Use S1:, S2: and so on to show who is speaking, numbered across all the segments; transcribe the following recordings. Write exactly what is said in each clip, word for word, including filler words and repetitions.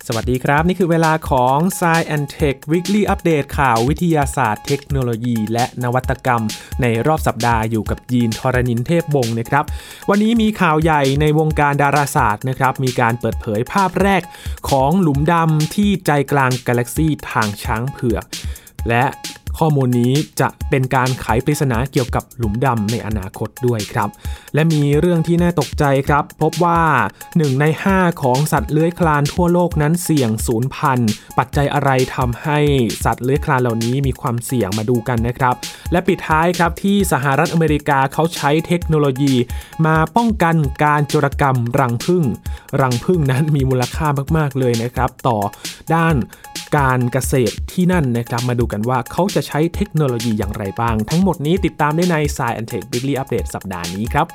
S1: สวัสดีครับนี่คือเวลาของ Science and Tech Weekly Update ข่าววิทยาศาสตร์เทคโนโลยีและนวัตกรรมในรอบสัปดาห์อยู่กับยีนทรณินเทพวงศ์นะครับวันนี้มีข่าวใหญ่ในวงการดาราศาสตร์นะครับมีการเปิดเผยภาพแรกของหลุมดำที่ใจกลางกาแล็กซีทางช้างเผือกและข้อมูลนี้จะเป็นการไขปริศนาเกี่ยวกับหลุมดำในอนาคตด้วยครับและมีเรื่องที่น่าตกใจครับพบว่าหนึ่งในห้าของสัตว์เลื้อยคลานทั่วโลกนั้นเสี่ยงสูญพันธุ์ปัจจัยอะไรทำให้สัตว์เลื้อยคลานเหล่านี้มีความเสี่ยงมาดูกันนะครับและปิดท้ายครับที่สหรัฐอเมริกาเขาใช้เทคโนโลยีมาป้องกันการโจรกรรมรังผึ้งรังผึ้งนั้นมีมูลค่ามากๆเลยนะครับต่อด้านการเกษตรที่นั่นนะครับมาดูกันว่าเขาจะใช้เทคโนโลยีอย่างไรบ้างทั้งหมดนี้ติดตามได้ใน Science and Tech Weekly Update สัปดาห์นี้ครับ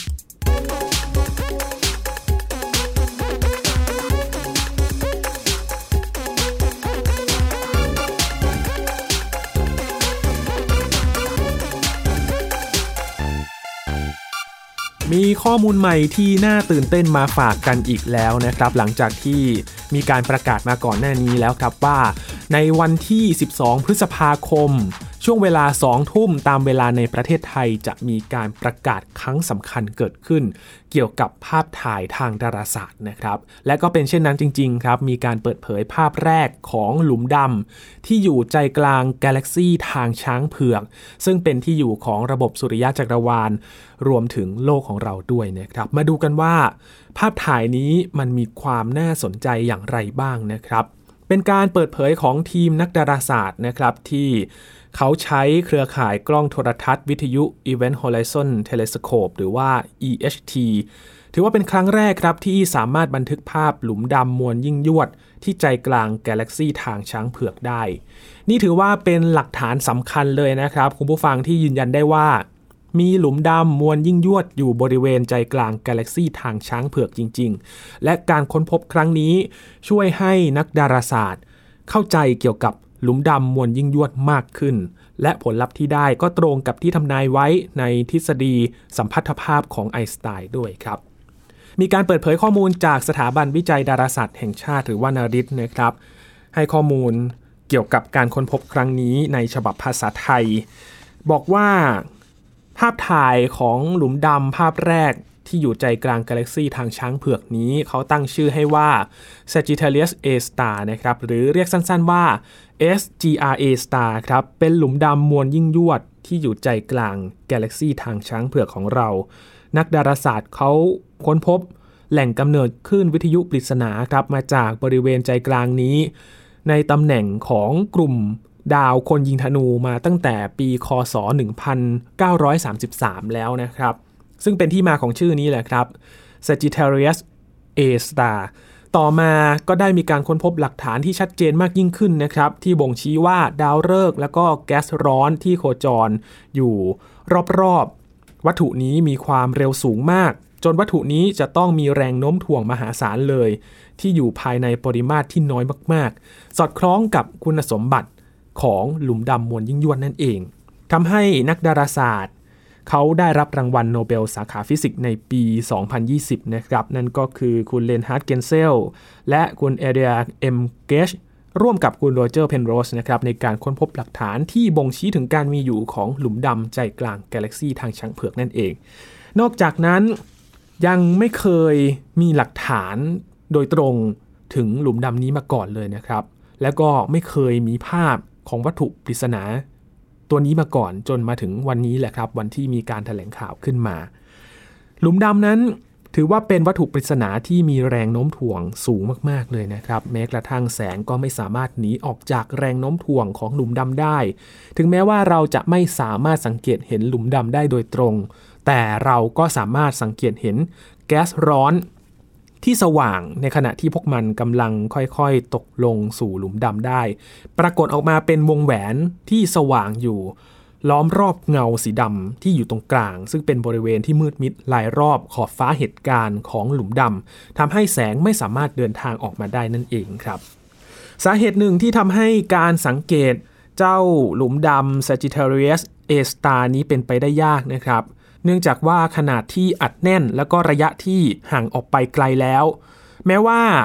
S1: มีข้อมูลใหม่ที่น่าตื่นเต้นมาฝากกันอีกแล้วนะครับหลังจากที่มีการประกาศมาก่อนหน้านี้แล้วครับว่าในวันที่สิบสองพฤษภาคมช่วงเวลาสองทุ่มตามเวลาในประเทศไทยจะมีการประกาศครั้งสำคัญเกิดขึ้นเกี่ยวกับภาพถ่ายทางดาราศาสตร์นะครับและก็เป็นเช่นนั้นจริงๆครับมีการเปิดเผยภาพแรกของหลุมดำที่อยู่ใจกลางกาแล็กซีทางช้างเผือกซึ่งเป็นที่อยู่ของระบบสุริยะจักรวาลรวมถึงโลกของเราด้วยนะครับมาดูกันว่าภาพถ่ายนี้มันมีความน่าสนใจอย่างไรบ้างนะครับเป็นการเปิดเผยของทีมนักดาราศาสตร์นะครับที่เขาใช้เครือข่ายกล้องโทรทัศน์วิทยุ Event Horizon Telescope หรือว่า อี เอช ที ถือว่าเป็นครั้งแรกครับที่สามารถบันทึกภาพหลุมดำมวลยิ่งยวดที่ใจกลางกาแล็กซีทางช้างเผือกได้นี่ถือว่าเป็นหลักฐานสำคัญเลยนะครับคุณผู้ฟังที่ยืนยันได้ว่ามีหลุมดำมวลยิ่งยวดอยู่บริเวณใจกลางกาแล็กซีทางช้างเผือกจริงๆและการค้นพบครั้งนี้ช่วยให้นักดาราศาสตร์เข้าใจเกี่ยวกับหลุมดำมวลยิ่งยวดมากขึ้นและผลลัพธ์ที่ได้ก็ตรงกับที่ทำนายไว้ในทฤษฎีสัมพัทธภาพของไอน์สไตน์ด้วยครับมีการเปิดเผยข้อมูลจากสถาบันวิจัยดาราศาสตร์แห่งชาติหรือว่านาริตนะครับให้ข้อมูลเกี่ยวกับการค้นพบครั้งนี้ในฉบับภาษาไทยบอกว่าภาพถ่ายของหลุมดำภาพแรกที่อยู่ใจกลางกาแล็กซีทางช้างเผือกนี้เขาตั้งชื่อให้ว่า Sagittarius A Star นะครับหรือเรียกสั้นๆว่า เอส จี อาร์ เอ Star ครับเป็นหลุมดำมวลยิ่งยวดที่อยู่ใจกลางกาแล็กซีทางช้างเผือกของเรานักดาราศาสตร์เขาค้นพบแหล่งกำเนิดคลื่นวิทยุปริศนาครับมาจากบริเวณใจกลางนี้ในตำแหน่งของกลุ่มดาวคนยิงธนูมาตั้งแต่ปีค.ศ. หนึ่งพันเก้าร้อยสามสิบสามแล้วนะครับซึ่งเป็นที่มาของชื่อนี้แหละครับ Sagittarius A Star ต่อมาก็ได้มีการค้นพบหลักฐานที่ชัดเจนมากยิ่งขึ้นนะครับที่บ่งชี้ว่าดาวฤกษ์และก็แก๊สร้อนที่โคจรอยู่รอบๆวัตถุนี้มีความเร็วสูงมากจนวัตถุนี้จะต้องมีแรงโน้มถ่วงมหาศาลเลยที่อยู่ภายในปริมาตรที่น้อยมากๆสอดคล้องกับคุณสมบัติของหลุมดำมวลยิ่งยวดนั่นเองทำให้นักดาราศาสตร์เขาได้รับรางวัลโนเบลสาขาฟิสิกส์ในปี สองพันยี่สิบ นะครับนั่นก็คือคุณเลนฮาร์ด เกนเซลและคุณเอเดีย เอ็ม เกชร่วมกับคุณโรเจอร์ เพนโรสนะครับในการค้นพบหลักฐานที่บ่งชี้ถึงการมีอยู่ของหลุมดำใจกลางกาแล็กซีทางช้างเผือกนั่นเองนอกจากนั้นยังไม่เคยมีหลักฐานโดยตรงถึงหลุมดำนี้มาก่อนเลยนะครับแล้วก็ไม่เคยมีภาพของวัตถุปริศนาตัวนี้มาก่อนจนมาถึงวันนี้แหละครับวันที่มีการแถลงข่าวขึ้นมาหลุมดำนั้นถือว่าเป็นวัตถุปริศนาที่มีแรงโน้มถ่วงสูงมากๆเลยนะครับแม้กระทั่งแสงก็ไม่สามารถหนีออกจากแรงโน้มถ่วงของหลุมดำได้ถึงแม้ว่าเราจะไม่สามารถสังเกตเห็นหลุมดำได้โดยตรงแต่เราก็สามารถสังเกตเห็นแก๊สร้อนที่สว่างในขณะที่พวกมันกำลังค่อยๆตกลงสู่หลุมดำได้ปรากฏออกมาเป็นวงแหวนที่สว่างอยู่ล้อมรอบเงาสีดำที่อยู่ตรงกลางซึ่งเป็นบริเวณที่มืดมิดรายรอบขอบฟ้าเหตุการณ์ของหลุมดำทำให้แสงไม่สามารถเดินทางออกมาได้นั่นเองครับสาเหตุหนึ่งที่ทำให้การสังเกตเจ้าหลุมดำ Sagittarius A Star นี้เป็นไปได้ยากนะครับเนื่องจากว่าขนาดที่อัดแน่นแล้วก็ระยะที่ห่างออกไปไกลแล้วแม้ว่า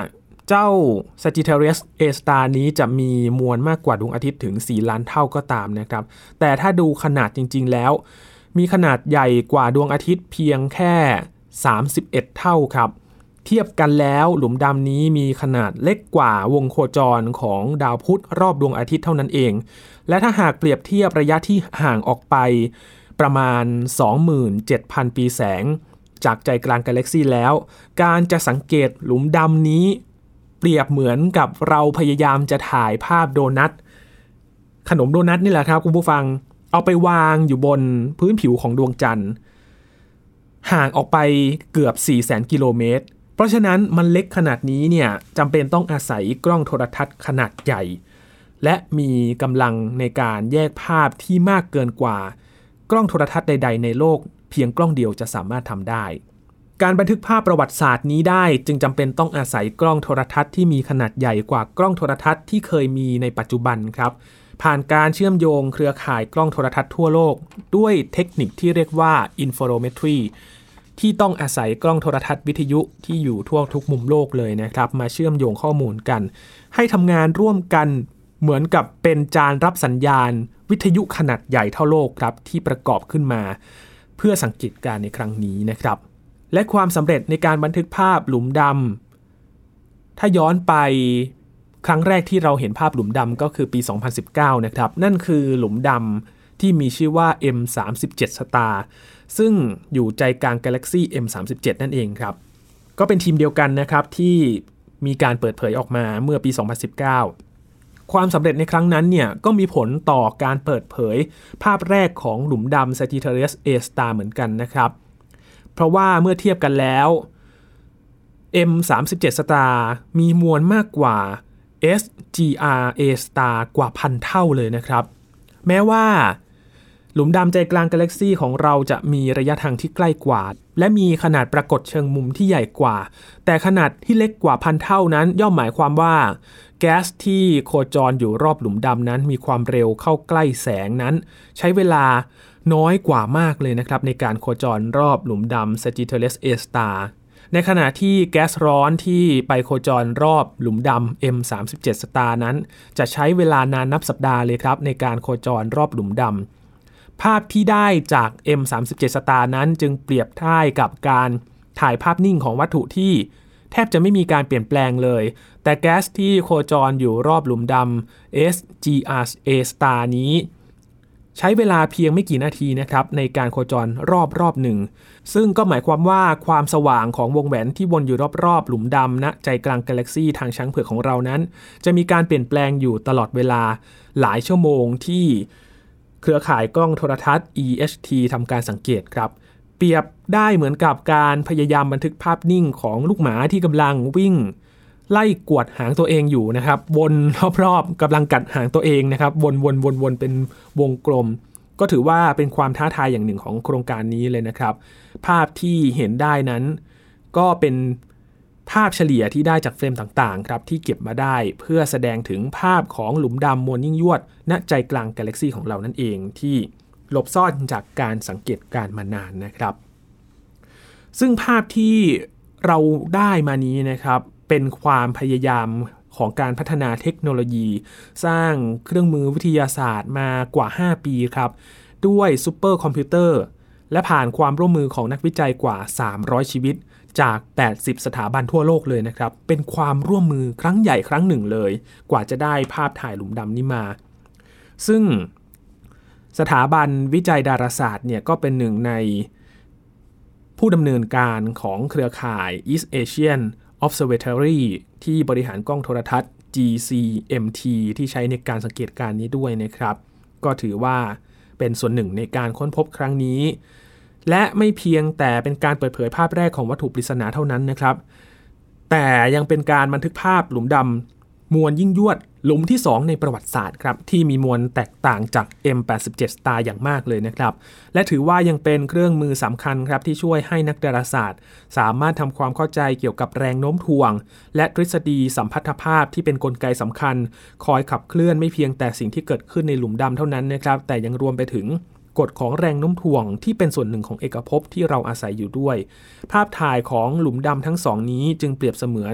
S1: เจ้า Sagittarius A Star นี้จะมีมวลมากกว่าดวงอาทิตย์ถึงสี่ล้านเท่าก็ตามนะครับแต่ถ้าดูขนาดจริงๆแล้วมีขนาดใหญ่กว่าดวงอาทิตย์เพียงแค่สามสิบเอ็ดเท่าครับเทียบกันแล้วหลุมดำนี้มีขนาดเล็กกว่าวงโคจรของดาวพุธรอบดวงอาทิตย์เท่านั้นเองและถ้าหากเปรียบเทียบระยะที่ห่างออกไปประมาณ สองหมื่นเจ็ดพัน ปีแสงจากใจกลางกาแล็กซีแล้วการจะสังเกตหลุมดำนี้เปรียบเหมือนกับเราพยายามจะถ่ายภาพโดนัทขนมโดนัทนี่แหละครับคุณผู้ฟังเอาไปวางอยู่บนพื้นผิวของดวงจันทร์ห่างออกไปเกือบ สี่แสน กิโลเมตรเพราะฉะนั้นมันเล็กขนาดนี้เนี่ยจำเป็นต้องอาศัยกล้องโทรทัศน์ขนาดใหญ่และมีกำลังในการแยกภาพที่มากเกินกว่ากล้องโทรทัศน์ใดๆในโลกเพียงกล้องเดียวจะสามารถทำได้การบันทึกภาพประวัติศาสตร์นี้ได้จึงจำเป็นต้องอาศัยกล้องโทรทัศน์ที่มีขนาดใหญ่กว่ากล้องโทรทัศน์ที่เคยมีในปัจจุบันครับผ่านการเชื่อมโยงเครือข่ายกล้องโทรทัศน์ทั่วโลกด้วยเทคนิคที่เรียกว่า Interferometry ที่ต้องอาศัยกล้องโทรทัศน์วิทยุที่อยู่ทั่วทุกมุมโลกเลยนะครับมาเชื่อมโยงข้อมูลกันให้ทำงานร่วมกันเหมือนกับเป็นจานรับสัญญาณวิทยุขนาดใหญ่เท่าโลกครับที่ประกอบขึ้นมาเพื่อสังเกตการณ์ในครั้งนี้นะครับและความสำเร็จในการบันทึกภาพหลุมดำถ้าย้อนไปครั้งแรกที่เราเห็นภาพหลุมดำก็คือปีสองพันสิบเก้านะครับนั่นคือหลุมดำที่มีชื่อว่า เอ็ม สามสิบเจ็ด Star ซึ่งอยู่ใจกลางกาแล็กซี่ เอ็ม สามสิบเจ็ด นั่นเองครับก็เป็นทีมเดียวกันนะครับที่มีการเปิดเผยออกมาเมื่อปีสองพันสิบเก้าความสำเร็จในครั้งนั้นเนี่ยก็มีผลต่อการเปิดเผยภาพแรกของหลุมดำ Sagittarius A Star เหมือนกันนะครับเพราะว่าเมื่อเทียบกันแล้ว เอ็ม สามสิบเจ็ด Star มีมวลมากกว่า เอส จี อาร์ A Star กว่าพันเท่าเลยนะครับแม้ว่าหลุมดำใจกลางกาแล็กซีของเราจะมีระยะทางที่ใกล้กว่าและมีขนาดปรากฏเชิงมุมที่ใหญ่กว่าแต่ขนาดที่เล็กกว่าพันเท่านั้นย่อมหมายความว่าแก๊สที่โคจรอยู่รอบหลุมดำนั้นมีความเร็วเข้าใกล้แสงนั้นใช้เวลาน้อยกว่ามากเลยนะครับในการโคจรรอบหลุมดำ Sagittarius A Star ในขณะที่แก๊สร้อนที่ไปโคจรรอบหลุมดำ เอ็ม สามสิบเจ็ด Star นั้นจะใช้เวลานานนับสัปดาห์เลยครับในการโคจรรอบหลุมดำภาพที่ได้จาก เอ็ม สามสิบเจ็ด Star นั้นจึงเปรียบเทียบกับการถ่ายภาพนิ่งของวัตถุที่แทบจะไม่มีการเปลี่ยนแปลงเลยแต่แก๊สที่โคจรอยู่รอบหลุมดำ เอส จี อาร์ เอ Star นี้ใช้เวลาเพียงไม่กี่นาทีนะครับในการโคจรรอบรอบหนึ่งซึ่งก็หมายความว่าความสว่างของวงแหวนที่วนอยู่รอบๆหลุมดำณใจกลางกาแล็กซีทางช้างเผือกของเรานั้นจะมีการเปลี่ยนแปลงอยู่ตลอดเวลาหลายชั่วโมงที่เครือข่ายกล้องโทรทัศน์ อี เอช ที ทำการสังเกตครับเปรียบได้เหมือนกับการพยายามบันทึกภาพนิ่งของลูกหมาที่กำลังวิ่งไล่กวดหางตัวเองอยู่นะครับวนรอบๆกำลังกัดหางตัวเองนะครับวนๆๆๆเป็นวงกลมก็ถือว่าเป็นความท้าทายอย่างหนึ่งของโครงการนี้เลยนะครับภาพที่เห็นได้นั้นก็เป็นภาพเฉลี่ยที่ได้จากเฟรมต่างๆครับที่เก็บมาได้เพื่อแสดงถึงภาพของหลุมดำมวลยิ่งยวดณใจกลางกาแล็กซีของเรานั่นเองที่หลบซ่อนจากการสังเกตการณ์มานานนะครับซึ่งภาพที่เราได้มานี้นะครับเป็นความพยายามของการพัฒนาเทคโนโลยีสร้างเครื่องมือวิทยาศาสตร์มากว่าห้าปีครับด้วยซูเปอร์คอมพิวเตอร์และผ่านความร่วมมือของนักวิจัยกว่าสามร้อยชีวิตจากแปดสิบสถาบันทั่วโลกเลยนะครับเป็นความร่วมมือครั้งใหญ่ครั้งหนึ่งเลยกว่าจะได้ภาพถ่ายหลุมดำนี้มาซึ่งสถาบันวิจัยดาราศาสตร์เนี่ยก็เป็นหนึ่งในผู้ดำเนินการของเครือข่าย East Asian Observatory ที่บริหารกล้องโทรทัศน์ จี ซี เอ็ม ที ที่ใช้ในการสังเกตการณ์นี้ด้วยนะครับก็ถือว่าเป็นส่วนหนึ่งในการค้นพบครั้งนี้และไม่เพียงแต่เป็นการเปิดเผยภาพแรกของวัตถุปริศนาเท่านั้นนะครับแต่ยังเป็นการบันทึกภาพหลุมดำมวลยิ่งยวดหลุมที่สองในประวัติศาสตร์ครับที่มีมวลแตกต่างจาก เอ็ม แปดสิบเจ็ด Star อย่างมากเลยนะครับและถือว่ายังเป็นเครื่องมือสำคัญครับที่ช่วยให้นักดาราศาสตร์สามารถทำความเข้าใจเกี่ยวกับแรงโน้มถ่วงและทฤษฎีสัมพัทธภาพที่เป็นกลไกสำคัญคอยขับเคลื่อนไม่เพียงแต่สิ่งที่เกิดขึ้นในหลุมดำเท่านั้นนะครับแต่ยังรวมไปถึงกฎของแรงโน้มถ่วงที่เป็นส่วนหนึ่งของเอกภพที่เราอาศัยอยู่ด้วยภาพถ่ายของหลุมดำทั้งสองนี้จึงเปรียบเสมือน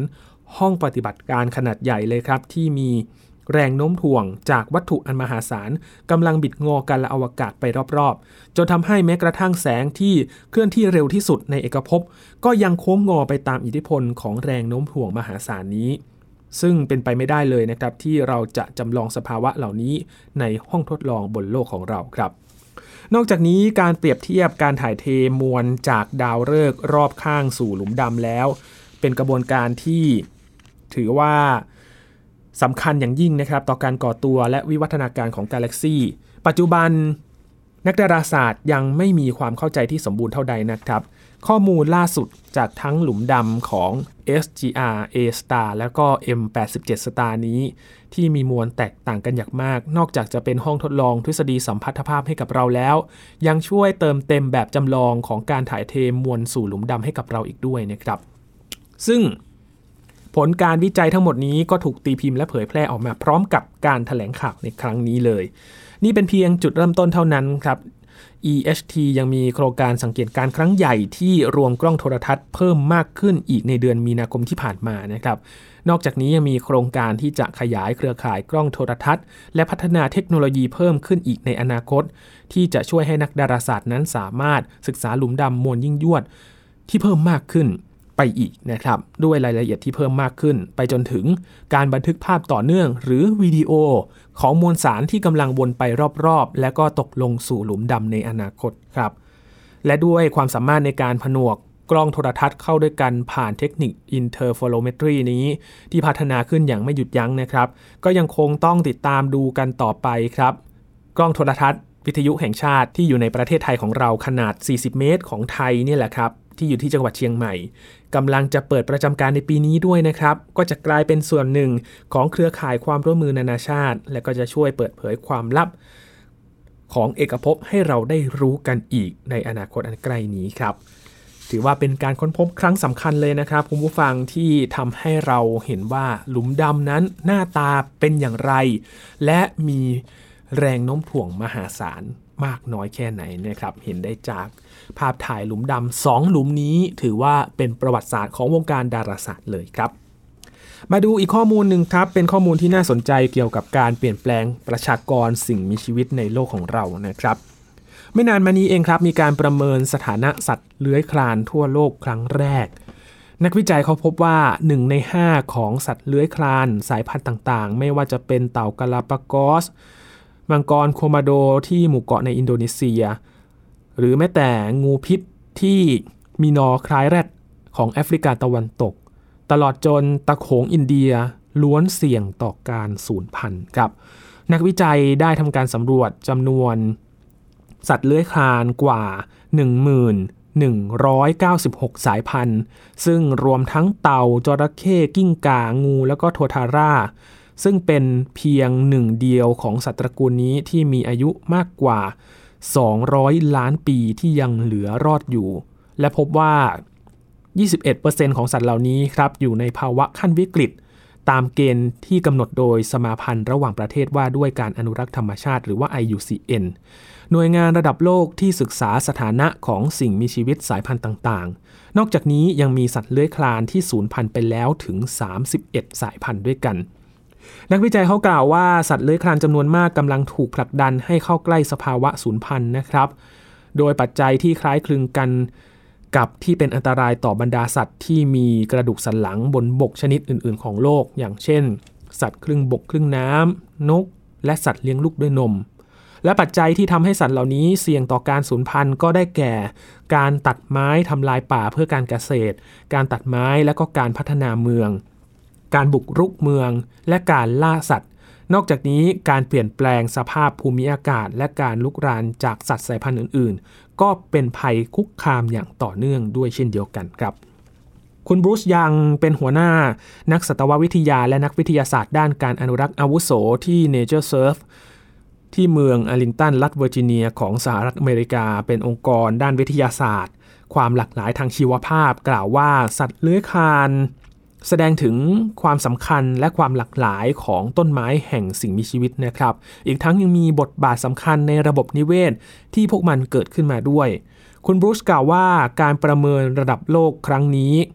S1: ห้องปฏิบัติการขนาดใหญ่เลยครับที่มีแรงโน้มถ่วงจากวัตถุอันมหาศาลกำลังบิดงอกันละอวกาศไปรอบๆจนทำให้แม้กระทั่งแสงที่เคลื่อนที่เร็วที่สุดในเอกภพก็ยังโค้งงอไปตามอิทธิพลของแรงโน้มถ่วงมหาศาลนี้ซึ่งเป็นไปไม่ได้เลยนะครับที่เราจะจำลองสภาวะเหล่านี้ในห้องทดลองบนโลกของเราครับนอกจากนี้การเปรียบเทียบการถ่ายเทมวลจากดาวฤกษ์รอบข้างสู่หลุมดำแล้วเป็นกระบวนการที่ถือว่าสำคัญอย่างยิ่งนะครับต่อการก่อตัวและวิวัฒนาการของกาแล็กซีปัจจุบันนักดาราศาสตร์ยังไม่มีความเข้าใจที่สมบูรณ์เท่าใดนะครับข้อมูลล่าสุดจากทั้งหลุมดำของ เอส จี อาร์ A Star แล้วก็ เอ็ม แปดสิบเจ็ด Star นี้ที่มีมวลแตกต่างกันอย่างมากนอกจากจะเป็นห้องทดลองทฤษฎีสัมพัทธภาพให้กับเราแล้วยังช่วยเติมเต็มแบบจำลองของการถ่ายเทมวลสู่หลุมดำให้กับเราอีกด้วยนะครับซึ่งผลการวิจัยทั้งหมดนี้ก็ถูกตีพิมพ์และเผยแพร่ออกมาพร้อมกับการแถลงข่าวในครั้งนี้เลยนี่เป็นเพียงจุดเริ่มต้นเท่านั้นครับ อี เอช ที ยังมีโครงการสังเกตการณ์ครั้งใหญ่ที่รวมกล้องโทรทัศน์เพิ่มมากขึ้นอีกในเดือนมีนาคมที่ผ่านมานะครับนอกจากนี้ยังมีโครงการที่จะขยายเครือข่ายกล้องโทรทัศน์และพัฒนาเทคโนโลยีเพิ่มขึ้นอีกในอนาคตที่จะช่วยให้นักดาราศาสตร์นั้นสามารถศึกษาหลุมดำมวลยิ่งยวดที่เพิ่มมากขึ้นไปอีกนะครับด้วยรายละเอียดที่เพิ่มมากขึ้นไปจนถึงการบันทึกภาพต่อเนื่องหรือวิดีโอของมวลสารที่กำลังวนไปรอบๆและก็ตกลงสู่หลุมดำในอนาคตครับและด้วยความสามารถในการผนวกกล้องโทรทัศน์เข้าด้วยกันผ่านเทคนิค Interferometry นี้ที่พัฒนาขึ้นอย่างไม่หยุดยั้งนะครับก็ยังคงต้องติดตามดูกันต่อไปครับกล้องโทรทัศน์วิทยุแห่งชาติที่อยู่ในประเทศไทยของเราขนาดสี่สิบเมตรของไทยนี่แหละครับที่อยู่ที่จังหวัดเชียงใหม่กำลังจะเปิดประจำการในปีนี้ด้วยนะครับก็จะกลายเป็นส่วนหนึ่งของเครือข่ายความร่วมมือนานาชาติและก็จะช่วยเปิดเผยความลับของเอกภพให้เราได้รู้กันอีกในอนาคตอันใกล้นี้ครับถือว่าเป็นการค้นพบครั้งสำคัญเลยนะครับคุณผู้ฟังที่ทำให้เราเห็นว่าหลุมดำนั้นหน้าตาเป็นอย่างไรและมีแรงโน้มถ่วงมหาศาลมากน้อยแค่ไหนนะครับเห็นได้จากภาพถ่ายหลุมดำสองหลุมนี้ถือว่าเป็นประวัติศาสตร์ของวงการดาราศาสตร์เลยครับมาดูอีกข้อมูลหนึ่งครับเป็นข้อมูลที่น่าสนใจเกี่ยวกับการเปลี่ยนแปลงประชากรสิ่งมีชีวิตในโลกของเรานะครับไม่นานมานี้เองครับมีการประเมินสถานะสัตว์เลื้อยคลานทั่วโลกครั้งแรกนักวิจัยเขาพบว่าหนึ่งในห้าของสัตว์เลื้อยคลานสายพันธุ์ต่างๆไม่ว่าจะเป็นเต่ากาลาปากอสมังกรโคมาโดที่หมู่เกาะในอินโดนีเซียหรือแม้แต่งูพิษที่มีนอคล้ายแรดของแอฟริกาตะวันตกตลอดจนตะโขงอินเดียล้วนเสี่ยงต่อการสูญพันธุ์ครับนักวิจัยได้ทำการสำรวจจำนวนสัตว์เลื้อยคลานกว่า หนึ่งหมื่นหนึ่งร้อยเก้าสิบหก สายพันธุ์ซึ่งรวมทั้งเต่าจระเข้กิ้งก่างูแล้วก็โททาร่าซึ่งเป็นเพียงหนึ่งเดียวของสัตว์ตระกูลนี้ที่มีอายุมากกว่าสองร้อยล้านปีที่ยังเหลือรอดอยู่และพบว่า ยี่สิบเอ็ดเปอร์เซ็นต์ ของสัตว์เหล่านี้ครับอยู่ในภาวะขั้นวิกฤตตามเกณฑ์ที่กำหนดโดยสมาพันธ์ระหว่างประเทศว่าด้วยการอนุรักษ์ธรรมชาติหรือว่า ไอ ยู ซี เอ็น หน่วยงานระดับโลกที่ศึกษาสถานะของสิ่งมีชีวิตสายพันธุ์ต่างๆนอกจากนี้ยังมีสัตว์เลื้อยคลานที่สูญพันธุ์ไปแล้วถึงสามสิบเอ็ดสายพันธุ์ด้วยกันนักวิจัยเขากล่าวว่าสัตว์เลื้อยคลานจำนวนมากกำลังถูกผลักดันให้เข้าใกล้สภาวะสูญพันธุ์นะครับโดยปัจจัยที่คล้ายคลึงกันกับที่เป็นอันตรายต่อบรรดาสัตว์ที่มีกระดูกสันหลังบนบกชนิดอื่นๆของโลกอย่างเช่นสัตว์ครึ่งบกครึ่งน้ำนกและสัตว์เลี้ยงลูกด้วยนมและปัจจัยที่ทำให้สัตว์เหล่านี้เสี่ยงต่อการสูญพันธุ์ก็ได้แก่การตัดไม้ทำลายป่าเพื่อการเกษตรการตัดไม้และก็การพัฒนาเมืองการบุกรุกเมืองและการล่าสัตว์นอกจากนี้การเปลี่ยนแปลงสภาพภูมิอากาศและการลุกรานจากสัตว์สายพันธุ์อื่นๆก็เป็นภัยคุกคามอย่างต่อเนื่องด้วยเช่นเดียวกันครับคุณบรูซยังเป็นหัวหน้านักสัตววิทยาและนักวิทยาศาสตร์ด้านการอนุรักษ์อาวุโสที่ Nature Surf ที่เมืองอาร์ลิงตันรัฐเวอร์จิเนียของสหรัฐอเมริกาเป็นองค์กรด้านวิทยาศาสตร์ความหลากหลายทางชีวภาพกล่าวว่าสัตว์เลื้อยคลานแสดงถึงความสำคัญและความหลากหลายของต้นไม้แห่งสิ่งมีชีวิตนะครับอีกทั้งยังมีบทบาทสำคัญในระบบนิเวศที่พวกมันเกิดขึ้นมาด้วยคุณบรูซกล่าวว่าการประเมินระดับโลกครั้งนี้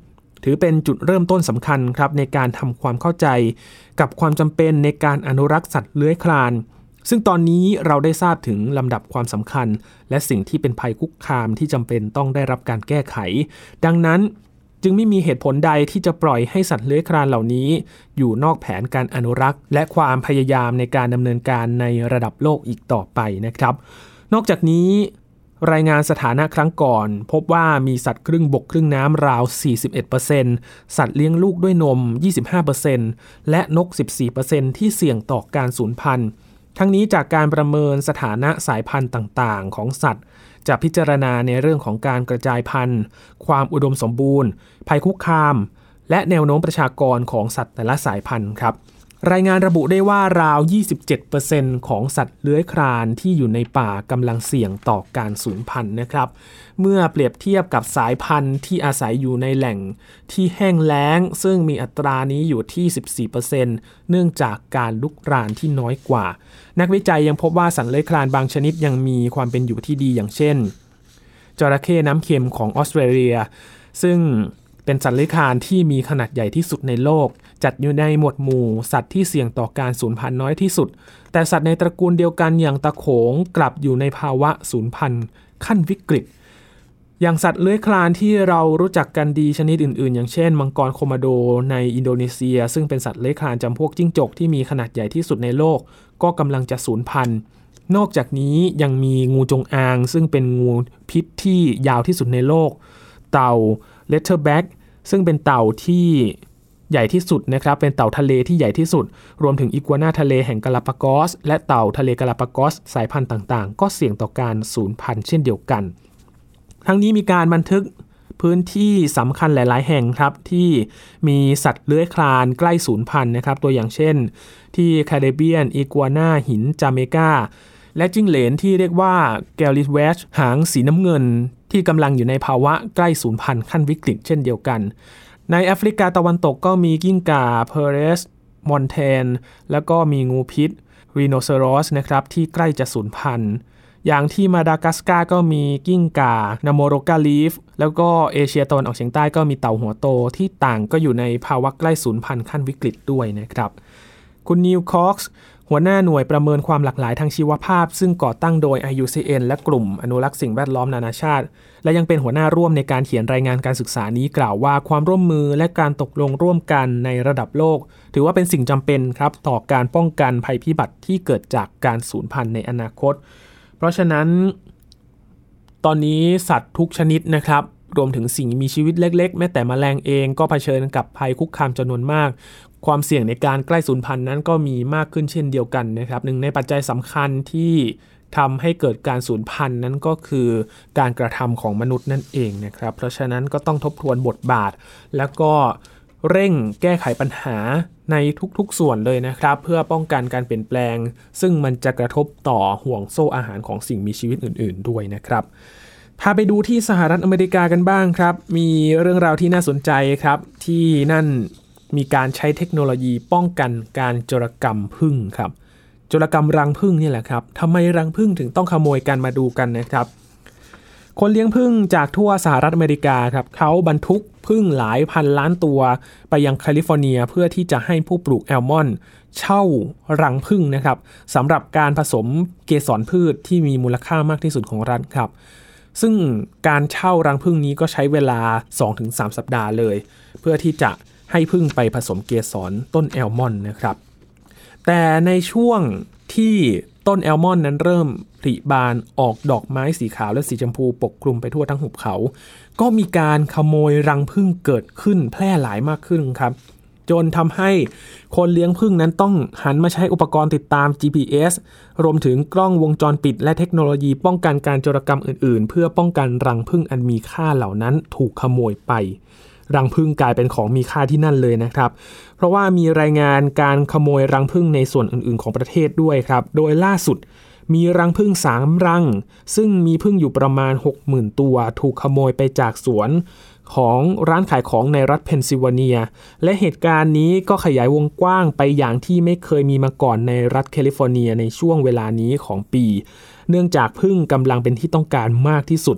S1: ถือเป็นจุดเริ่มต้นสำคัญครับในการทำความเข้าใจกับความจำเป็นในการอนุรักษ์สัตว์เลื้อยคลานซึ่งตอนนี้เราได้ทราบถึงลำดับความสำคัญและสิ่งที่เป็นภัยคุกคามที่จำเป็นต้องได้รับการแก้ไขดังนั้นจึงไม่มีเหตุผลใดที่จะปล่อยให้สัตว์เลื้อยคลานเหล่านี้อยู่นอกแผนการอนุรักษ์และความพยายามในการดำเนินการในระดับโลกอีกต่อไปนะครับนอกจากนี้รายงานสถานะครั้งก่อนพบว่ามีสัตว์ครึ่งบกครึ่งน้ำราว สี่สิบเอ็ดเปอร์เซ็นต์ สัตว์เลี้ยงลูกด้วยนม ยี่สิบห้าเปอร์เซ็นต์ และนก สิบสี่เปอร์เซ็นต์ ที่เสี่ยงต่อการสูญพันธุ์ทั้งนี้จากการประเมินสถานะสายพันธุ์ต่างๆของสัตว์จะพิจารณาในเรื่องของการกระจายพันธุ์ความอุดมสมบูรณ์ภัยคุกคามและแนวโน้มประชากรของสัตว์แต่ละสายพันธุ์ครับรายงานระบุได้ว่าราว ยี่สิบเจ็ดเปอร์เซ็นต์ ของสัตว์เลื้อยคลานที่อยู่ในป่ากำลังเสี่ยงต่อการสูญพันธุ์นะครับเมื่อเปรียบเทียบกับสายพันธุ์ที่อาศัยอยู่ในแหล่งที่แห้งแล้งซึ่งมีอัตรานี้อยู่ที่ สิบสี่เปอร์เซ็นต์ เนื่องจากการลุกรานที่น้อยกว่านักวิจัยยังพบว่าสัตว์เลื้อยคลานบางชนิดยังมีความเป็นอยู่ที่ดีอย่างเช่นจระเข้น้ำเค็มของออสเตรเลียซึ่งเป็นสัตว์เลื้อยคลานที่มีขนาดใหญ่ที่สุดในโลกจัดอยู่ในหมวดหมู่สัตว์ที่เสี่ยงต่อการสูญพันธุ์น้อยที่สุดแต่สัตว์ในตระกูลเดียวกันอย่างตะโขงกลับอยู่ในภาวะสูญพันธุ์ขั้นวิกฤตอย่างสัตว์เลื้อยคลานที่เรารู้จักกันดีชนิดอื่นๆอย่างเช่นมังกรโคโมโดในอินโดนีเซียซึ่งเป็นสัตว์เลื้อยคลานจำพวกจิ้งจกที่มีขนาดใหญ่ที่สุดในโลกก็กำลังจะสูญพันธุ์นอกจากนี้ยังมีงูจงอางซึ่งเป็นงูพิษที่ยาวที่สุดในโลกเต่าเลตเทอร์แบ็กซึ่งเป็นเต่าที่ใหญ่ที่สุดนะครับเป็นเต่าทะเลที่ใหญ่ที่สุดรวมถึงอีกัวน่าทะเลแห่งกาลาปากอสและเต่าทะเลกาลาปากอสสายพันธุ์ต่างๆก็เสี่ยงต่อการสูญพันธุ์เช่นเดียวกันทั้งนี้มีการบันทึกพื้นที่สำคัญหลายๆแห่งครับที่มีสัตว์เลื้อยคลานใกล้สูญพันธุ์นะครับตัวอย่างเช่นที่แคริบเบียนอีกัวน่าหินจาเมกาและจิ้งเหลนที่เรียกว่าแกลิสแวชหางสีน้ำเงินที่กำลังอยู่ในภาวะใกล้สูญพันธุ์ขั้นวิกฤตเช่นเดียวกันในแอฟริกาตะวันตกก็มีกิ้งก่าเพอเรสมอนเทนแล้วก็มีงูพิษรีโนเซอรอสนะครับที่ใกล้จะสูญพันธุ์อย่างที่มาดากัสการ์ก็มีกิ้งก่านามโรกาลีฟแล้วก็เอเชียตะวันออกเฉียงใต้ก็มีเต่าหัวโตที่ต่างก็อยู่ในภาวะใกล้สูญพันธุ์ขั้นวิกฤตด้วยนะครับคุณนิวคอกซ์หัวหน้าหน่วยประเมินความหลากหลายทางชีวภาพซึ่งก่อตั้งโดย ไอ ยู ซี เอ็น และกลุ่มอนุรักษ์สิ่งแวดล้อมนานาชาติและยังเป็นหัวหน้าร่วมในการเขียนรายงานการศึกษานี้กล่าวว่าความร่วมมือและการตกลงร่วมกันในระดับโลกถือว่าเป็นสิ่งจำเป็นครับต่อการป้องกันภัยพิบัติที่เกิดจากการสูญพันธุ์ในอนาคตเพราะฉะนั้นตอนนี้สัตว์ทุกชนิดนะครับรวมถึงสิ่งมีชีวิตเล็กๆแม้แต่แมลงเองก็เผชิญกับภัยคุกคามจำนวนมากความเสี่ยงในการใกล้สูญพันธุ์นั้นก็มีมากขึ้นเช่นเดียวกันนะครับหนึ่งในปัจจัยสำคัญที่ทำให้เกิดการสูญพันธุ์นั้นก็คือการกระทำของมนุษย์นั่นเองนะครับเพราะฉะนั้นก็ต้องทบทวนบทบาทแล้วก็เร่งแก้ไขปัญหาในทุกๆส่วนเลยนะครับเพื่อป้องกันการเปลี่ยนแปลงซึ่งมันจะกระทบต่อห่วงโซ่อาหารของสิ่งมีชีวิตอื่นๆด้วยนะครับพาไปดูที่สหรัฐอเมริกากันบ้างครับมีเรื่องราวที่น่าสนใจครับที่นั่นมีการใช้เทคโนโลยีป้องกันการโจรกรรมผึ้งครับโจรกรรมรังผึ้งนี่แหละครับทำไมรังผึ้งถึงต้องขโมยกันมาดูกันนะครับคนเลี้ยงผึ้งจากทั่วสหรัฐอเมริกาครับเขาบรรทุกผึ้งหลายพันล้านตัวไปยังแคลิฟอร์เนียเพื่อที่จะให้ผู้ปลูกแอลมอนด์เช่ารังผึ้งนะครับสำหรับการผสมเกสรพืชที่มีมูลค่ามากที่สุดของรัฐครับซึ่งการเช่ารังผึ้งนี้ก็ใช้เวลา สองถึงสาม สัปดาห์เลยเพื่อที่จะให้ผึ้งไปผสมเกสรต้นแอลมอนด์นะครับแต่ในช่วงที่ต้นแอลมอนด์นั้นเริ่มผลิบานออกดอกไม้สีขาวและสีชมพูปกคลุมไปทั่วทั้งหุบเขาก็มีการขโมยรังผึ้งเกิดขึ้นแพร่หลายมากขึ้นครับจนทำให้คนเลี้ยงผึ้งนั้นต้องหันมาใช้อุปกรณ์ติดตาม จี พี เอส รวมถึงกล้องวงจรปิดและเทคโนโลยีป้องกันการโจรกรรมอื่นๆเพื่อป้องกันรังผึ้งอันมีค่าเหล่านั้นถูกขโมยไปรังผึ้งกลายเป็นของมีค่าที่นั่นเลยนะครับเพราะว่ามีรายงานการขโมยรังผึ้งในส่วนอื่นๆของประเทศด้วยครับโดยล่าสุดมีรังผึ้งสามรังซึ่งมีผึ้งอยู่ประมาณ หกหมื่น ตัวถูกขโมยไปจากสวนของร้านขายของในรัฐเพนซิลเวเนียและเหตุการณ์นี้ก็ขยายวงกว้างไปอย่างที่ไม่เคยมีมาก่อนในรัฐแคลิฟอร์เนียในช่วงเวลานี้ของปีเนื่องจากผึ้งกำลังเป็นที่ต้องการมากที่สุด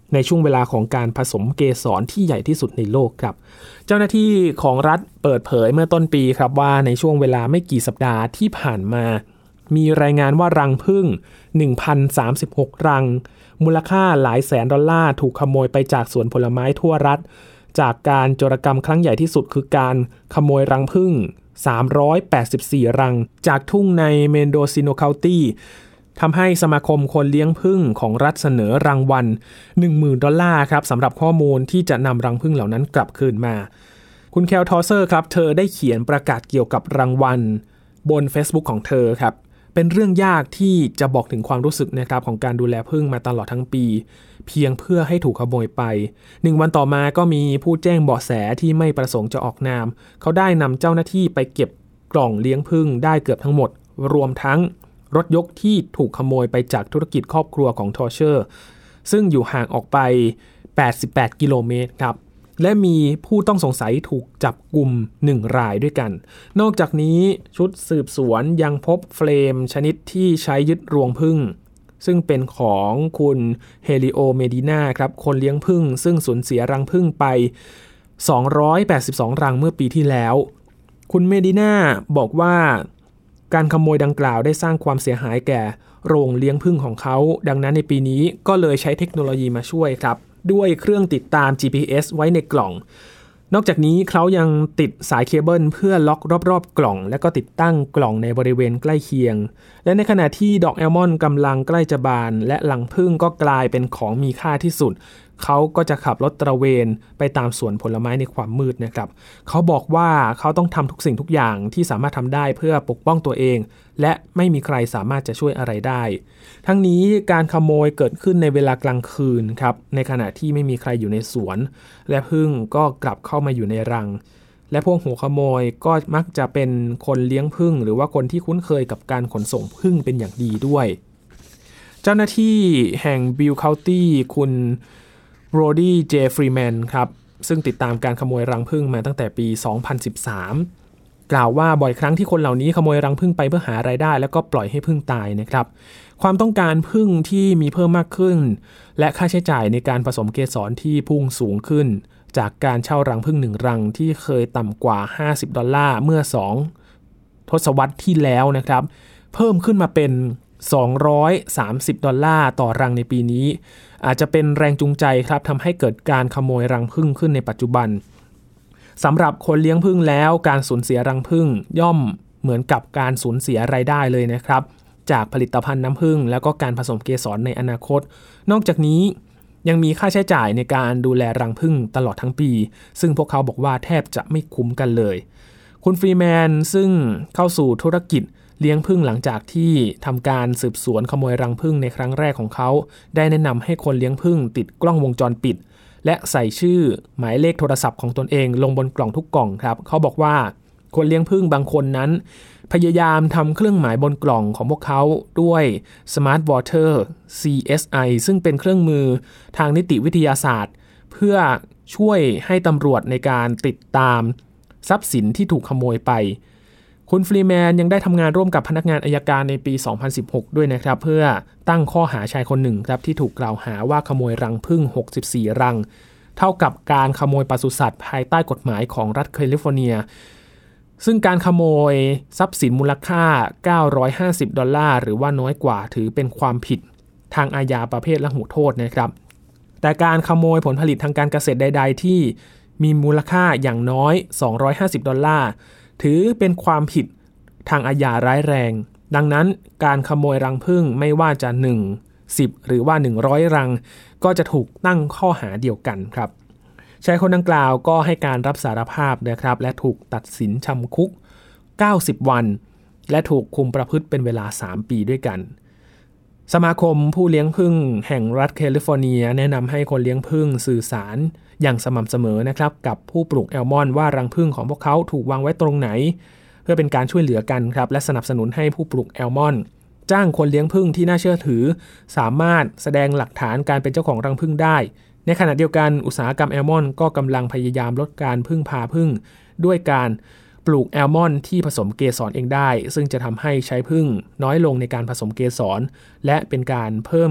S1: ในช่วงเวลาของการผสมเกสรที่ใหญ่ที่สุดในโลกครับเจ้าหน้าที่ของรัฐเปิดเผยเมื่อต้นปีครับว่าในช่วงเวลาไม่กี่สัปดาห์ที่ผ่านมามีรายงานว่ารังผึ้ง หนึ่งพันสามสิบหก รังมูลค่าหลายแสนดอลลาร์ถูกขโมยไปจากสวนผลไม้ทั่วรัฐจากการโจรกรรมครั้งใหญ่ที่สุดคือการขโมยรังผึ้งสามร้อยแปดสิบสี่รังจากทุ่งในเมนโดซิโนเคานตี้ทำให้สมาคมคนเลี้ยงผึ้งของรัฐเสนอรางวัล หนึ่งหมื่น ดอลลาร์ครับสำหรับข้อมูลที่จะนำรังผึ้งเหล่านั้นกลับคืนมาคุณแคลทอเซอร์ครับเธอได้เขียนประกาศเกี่ยวกับรางวัลบน Facebook ของเธอครับเป็นเรื่องยากที่จะบอกถึงความรู้สึกนะครับของการดูแลผึ้งมาตลอดทั้งปีเพียงเพื่อให้ถูกขโมยไปหนึ่งวันต่อมาก็มีผู้แจ้งเบาะแสที่ไม่ประสงค์จะออกนามเขาได้นำเจ้าหน้าที่ไปเก็บกล่องเลี้ยงผึ้งได้เกือบทั้งหมดรวมทั้งรถยกที่ถูกขโมยไปจากธุรกิจครอบครัวของทอร์เชอร์ซึ่งอยู่ห่างออกไปแปดสิบแปดกิโลเมตรครับและมีผู้ต้องสงสัยถูกจับกุมหนึ่งรายด้วยกันนอกจากนี้ชุดสืบสวนยังพบเฟรมชนิดที่ใช้ยึดรวงผึ้งซึ่งเป็นของคุณเฮลิโอเมดินาครับคนเลี้ยงผึ้งซึ่งสูญเสียรังผึ้งไปสองร้อยแปดสิบสองรังเมื่อปีที่แล้วคุณเมดินาบอกว่าการขโมยดังกล่าวได้สร้างความเสียหายแก่โรงเลี้ยงผึ้งของเขาดังนั้นในปีนี้ก็เลยใช้เทคโนโลยีมาช่วยครับด้วยเครื่องติดตาม จี พี เอส ไว้ในกล่องนอกจากนี้เขายังติดสายเคเบิลเพื่อล็อกรอบๆกล่องและก็ติดตั้งกล่องในบริเวณใกล้เคียงและในขณะที่ดอกแอลมอนด์กำลังใกล้จะบานและรังผึ้งก็กลายเป็นของมีค่าที่สุดเขาก็จะขับรถตระเวนไปตามสวนผลไม้ในความมืดนะครับเขาบอกว่าเขาต้องทำทุกสิ่งทุกอย่างที่สามารถทำได้เพื่อปกป้องตัวเองและไม่มีใครสามารถจะช่วยอะไรได้ทั้งนี้การขโมยเกิดขึ้นในเวลากลางคืนครับในขณะที่ไม่มีใครอยู่ในสวนและผึ้งก็กลับเข้ามาอยู่ในรังและพวกหัวขโมยก็มักจะเป็นคนเลี้ยงผึ้งหรือว่าคนที่คุ้นเคยกับการขนส่งผึ้งเป็นอย่างดีด้วยเจ้าหน้าที่แห่งบิลเคานตี้คุณโรดี้เจฟรีแมนครับซึ่งติดตามการขโมยรังผึ้งมาตั้งแต่ปีสองพันสิบสามกล่าวว่าบ่อยครั้งที่คนเหล่านี้ขโมยรังผึ้งไปเพื่อหารายได้แล้วก็ปล่อยให้ผึ้งตายนะครับความต้องการผึ้งที่มีเพิ่มมากขึ้นและค่าใช้จ่ายในการผสมเกสรที่พุ่งสูงขึ้นจากการเช่ารังผึ้งหนึ่งรังที่เคยต่ำกว่าห้าสิบดอลลาร์เมื่อสองทศวรรษที่แล้วนะครับเพิ่มขึ้นมาเป็นสองร้อยสามสิบดอลลาร์ต่อรังในปีนี้อาจจะเป็นแรงจูงใจครับทำให้เกิดการขโมยรังผึ้งขึ้นในปัจจุบันสำหรับคนเลี้ยงผึ้งแล้วการสูญเสียรังผึ้งย่อมเหมือนกับการสูญเสียรายได้เลยนะครับจากผลิตภัณฑ์น้ำผึ้งแล้วก็การผสมเกสรในอนาคตนอกจากนี้ยังมีค่าใช้จ่ายในการดูแลรังผึ้งตลอดทั้งปีซึ่งพวกเขาบอกว่าแทบจะไม่คุ้มกันเลยคุณฟรีแมนซึ่งเข้าสู่ธุรกิจเลี้ยงผึ้งหลังจากที่ทำการสืบสวนขโมยรังผึ้งในครั้งแรกของเขาได้แนะนำให้คนเลี้ยงผึ้งติดกล้องวงจรปิดและใส่ชื่อหมายเลขโทรศัพท์ของตนเองลงบนกล่องทุกกล่องครับเขาบอกว่าคนเลี้ยงผึ้งบางคนนั้นพยายามทำเครื่องหมายบนกล่องของพวกเขาด้วย Smart Water ซี เอส ไอ ซึ่งเป็นเครื่องมือทางนิติวิทยาศาสตร์เพื่อช่วยให้ตำรวจในการติดตามทรัพย์สินที่ถูกขโมยไปคุณฟรีแมนยังได้ทำงานร่วมกับพนักงานอัยการในปีสองพันสิบหกด้วยนะครับเพื่อตั้งข้อหาชายคนหนึ่งครับที่ถูกกล่าวหาว่าขโมยรังผึ้งหกสิบสี่รังเท่ากับการขโมยปศุสัตว์ภายใต้กฎหมายของรัฐแคลิฟอร์เนียซึ่งการขโมยทรัพย์สินมูลค่าเก้าร้อยห้าสิบดอลลาร์หรือว่าน้อยกว่าถือเป็นความผิดทางอาญาประเภทละหูโทษนะครับแต่การขโมยผลผลิตทางการเกษตรใดๆที่มีมูลค่าอย่างน้อยสองร้อยห้าสิบดอลลาร์ถือเป็นความผิดทางอาญาร้ายแรงดังนั้นการขโมยรังผึ้งไม่ว่าจะหนึ่ง สิบหรือว่าหนึ่งร้อยรังก็จะถูกตั้งข้อหาเดียวกันครับชายคนดังกล่าวก็ให้การรับสารภาพนะครับและถูกตัดสินจำคุกเก้าสิบวันและถูกคุมประพฤติเป็นเวลาสามปีด้วยกันสมาคมผู้เลี้ยงผึ้งแห่งรัฐแคลิฟอร์เนียแนะนำให้คนเลี้ยงผึ้งสื่อสารอย่างสม่ำเสมอนะครับกับผู้ปลูกแอลมอนด์ว่ารังผึ้งของพวกเขาถูกวางไว้ตรงไหนเพื่อเป็นการช่วยเหลือกันครับและสนับสนุนให้ผู้ปลูกแอลมอนด์จ้างคนเลี้ยงผึ้งที่น่าเชื่อถือสามารถแสดงหลักฐานการเป็นเจ้าของรังผึ้งได้ในขณะเดียวกันอุตสาหกรรมแอลมอนด์ก็กำลังพยายามลดการพึ่งพาผึ้งด้วยการปลูกแอลมอนด์ที่ผสมเกสรเองได้ซึ่งจะทำให้ใช้ผึ้งน้อยลงในการผสมเกสรและเป็นการเพิ่ม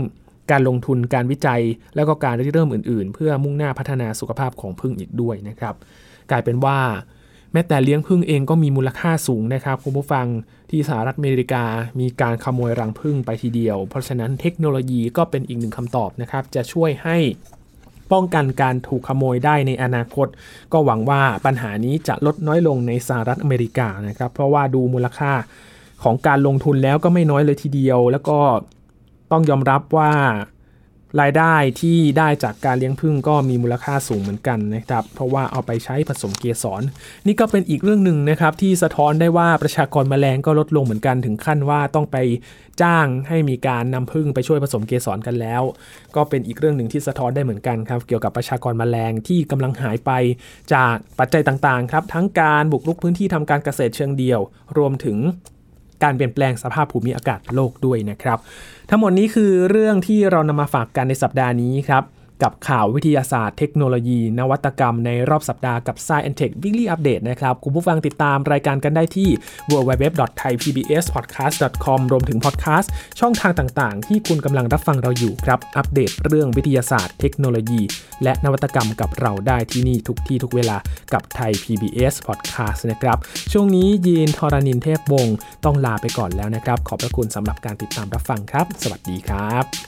S1: การลงทุนการวิจัยแล้วก็การริเริ่มอื่นๆเพื่อมุ่งหน้าพัฒนาสุขภาพของผึ้งอีกด้วยนะครับกลายเป็นว่าแม้แต่เลี้ยงผึ้งเองก็มีมูลค่าสูงนะครับคุณผู้ฟังที่สหรัฐอเมริกามีการขโมยรังผึ้งไปทีเดียวเพราะฉะนั้นเทคโนโลยีก็เป็นอีกหนึ่งคำตอบนะครับจะช่วยให้ป้องกันการถูกขโมยได้ในอนาคตก็หวังว่าปัญหานี้จะลดน้อยลงในสหรัฐอเมริกานะครับเพราะว่าดูมูลค่าของการลงทุนแล้วก็ไม่น้อยเลยทีเดียวแล้วก็ต้องยอมรับว่ารายได้ที่ได้จากการเลี้ยงผึ้งก็มีมูลค่าสูงเหมือนกันนะครับเพราะว่าเอาไปใช้ผสมเกสรนี่ก็เป็นอีกเรื่องหนึ่งนะครับที่สะท้อนได้ว่าประชากรแมลงก็ลดลงเหมือนกันถึงขั้นว่าต้องไปจ้างให้มีการนำผึ้งไปช่วยผสมเกสรกันแล้วก็เป็นอีกเรื่องหนึ่งที่สะท้อนได้เหมือนกันครับเกี่ยวกับประชากรแมลงที่กำลังหายไปจากปัจจัยต่างๆครับทั้งการบุกรุกพื้นที่ทำการเกษตรเชิงเดี่ยวรวมถึงการเปลี่ยนแปลงสภาพภูมิอากาศโลกด้วยนะครับทั้งหมดนี้คือเรื่องที่เรานำมาฝากกันในสัปดาห์นี้ครับกับข่าววิทยาศาสตร์เทคโนโลยีนวัตกรรมในรอบสัปดาห์กับ Science แอนด์ Tech Weekly Update นะครับคุณผู้ฟังติดตามรายการกันได้ที่ ดับเบิลยู ดับเบิลยู ดับเบิลยู ดอท ไทย พี บี เอส พอดแคสต์ ดอท คอม รวมถึงพอดแคสต์ช่องทางต่างๆที่คุณกำลังรับฟังเราอยู่ครับอัปเดตเรื่องวิทยาศาสตร์เทคโนโลยีและนวัตกรรมกับเราได้ที่นี่ทุกที่ทุกเวลากับไทย พี บี เอส Podcast นะครับช่วงนี้ยีนทรณินเทพวงศ์ต้องลาไปก่อนแล้วนะครับขอบพระคุณสำหรับการติดตามรับฟังครับสวัสดีครับ